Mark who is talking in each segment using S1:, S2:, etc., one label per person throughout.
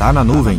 S1: Tá na nuvem.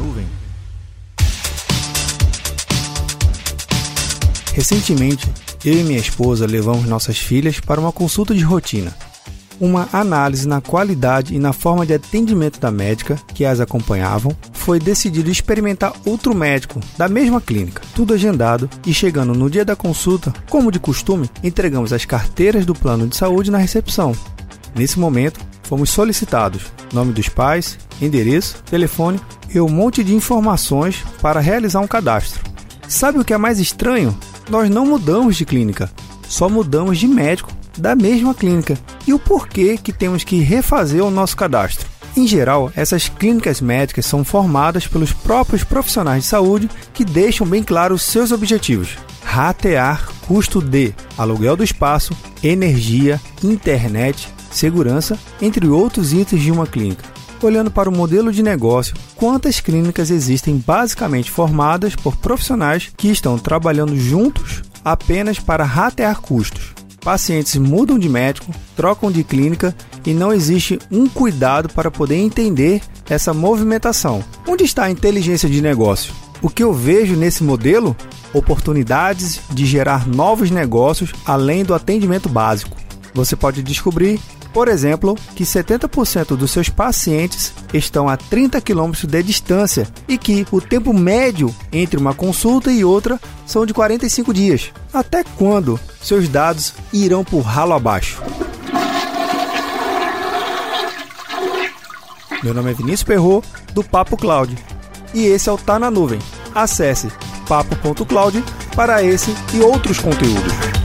S2: Recentemente, eu e minha esposa levamos nossas filhas para uma consulta de rotina. Uma análise na qualidade e na forma de atendimento da médica que as acompanhavam, foi decidido experimentar outro médico da mesma clínica, tudo agendado, e chegando no dia da consulta, como de costume, entregamos as carteiras do plano de saúde na recepção. Nesse momento, fomos solicitados nome dos pais, endereço, telefone e um monte de informações para realizar um cadastro. Sabe o que é mais estranho? Nós não mudamos de clínica, só mudamos de médico da mesma clínica. E o porquê que temos que refazer o nosso cadastro? Em geral, essas clínicas médicas são formadas pelos próprios profissionais de saúde que deixam bem claro os seus objetivos. Ratear custo de aluguel do espaço, energia, internet, segurança, entre outros itens de uma clínica. Olhando para o modelo de negócio, quantas clínicas existem basicamente formadas por profissionais que estão trabalhando juntos apenas para ratear custos? Pacientes mudam de médico, trocam de clínica e não existe um cuidado para poder entender essa movimentação. Onde está a inteligência de negócio? O que eu vejo nesse modelo? Oportunidades de gerar novos negócios além do atendimento básico. Você pode descobrir, por exemplo, que 70% dos seus pacientes estão a 30 km de distância e que o tempo médio entre uma consulta e outra são de 45 dias. Até quando seus dados irão por ralo abaixo? Meu nome é Vinícius Perrot, do Papo Cloud, e esse é o Tá na Nuvem. Acesse papo.cloud para esse e outros conteúdos.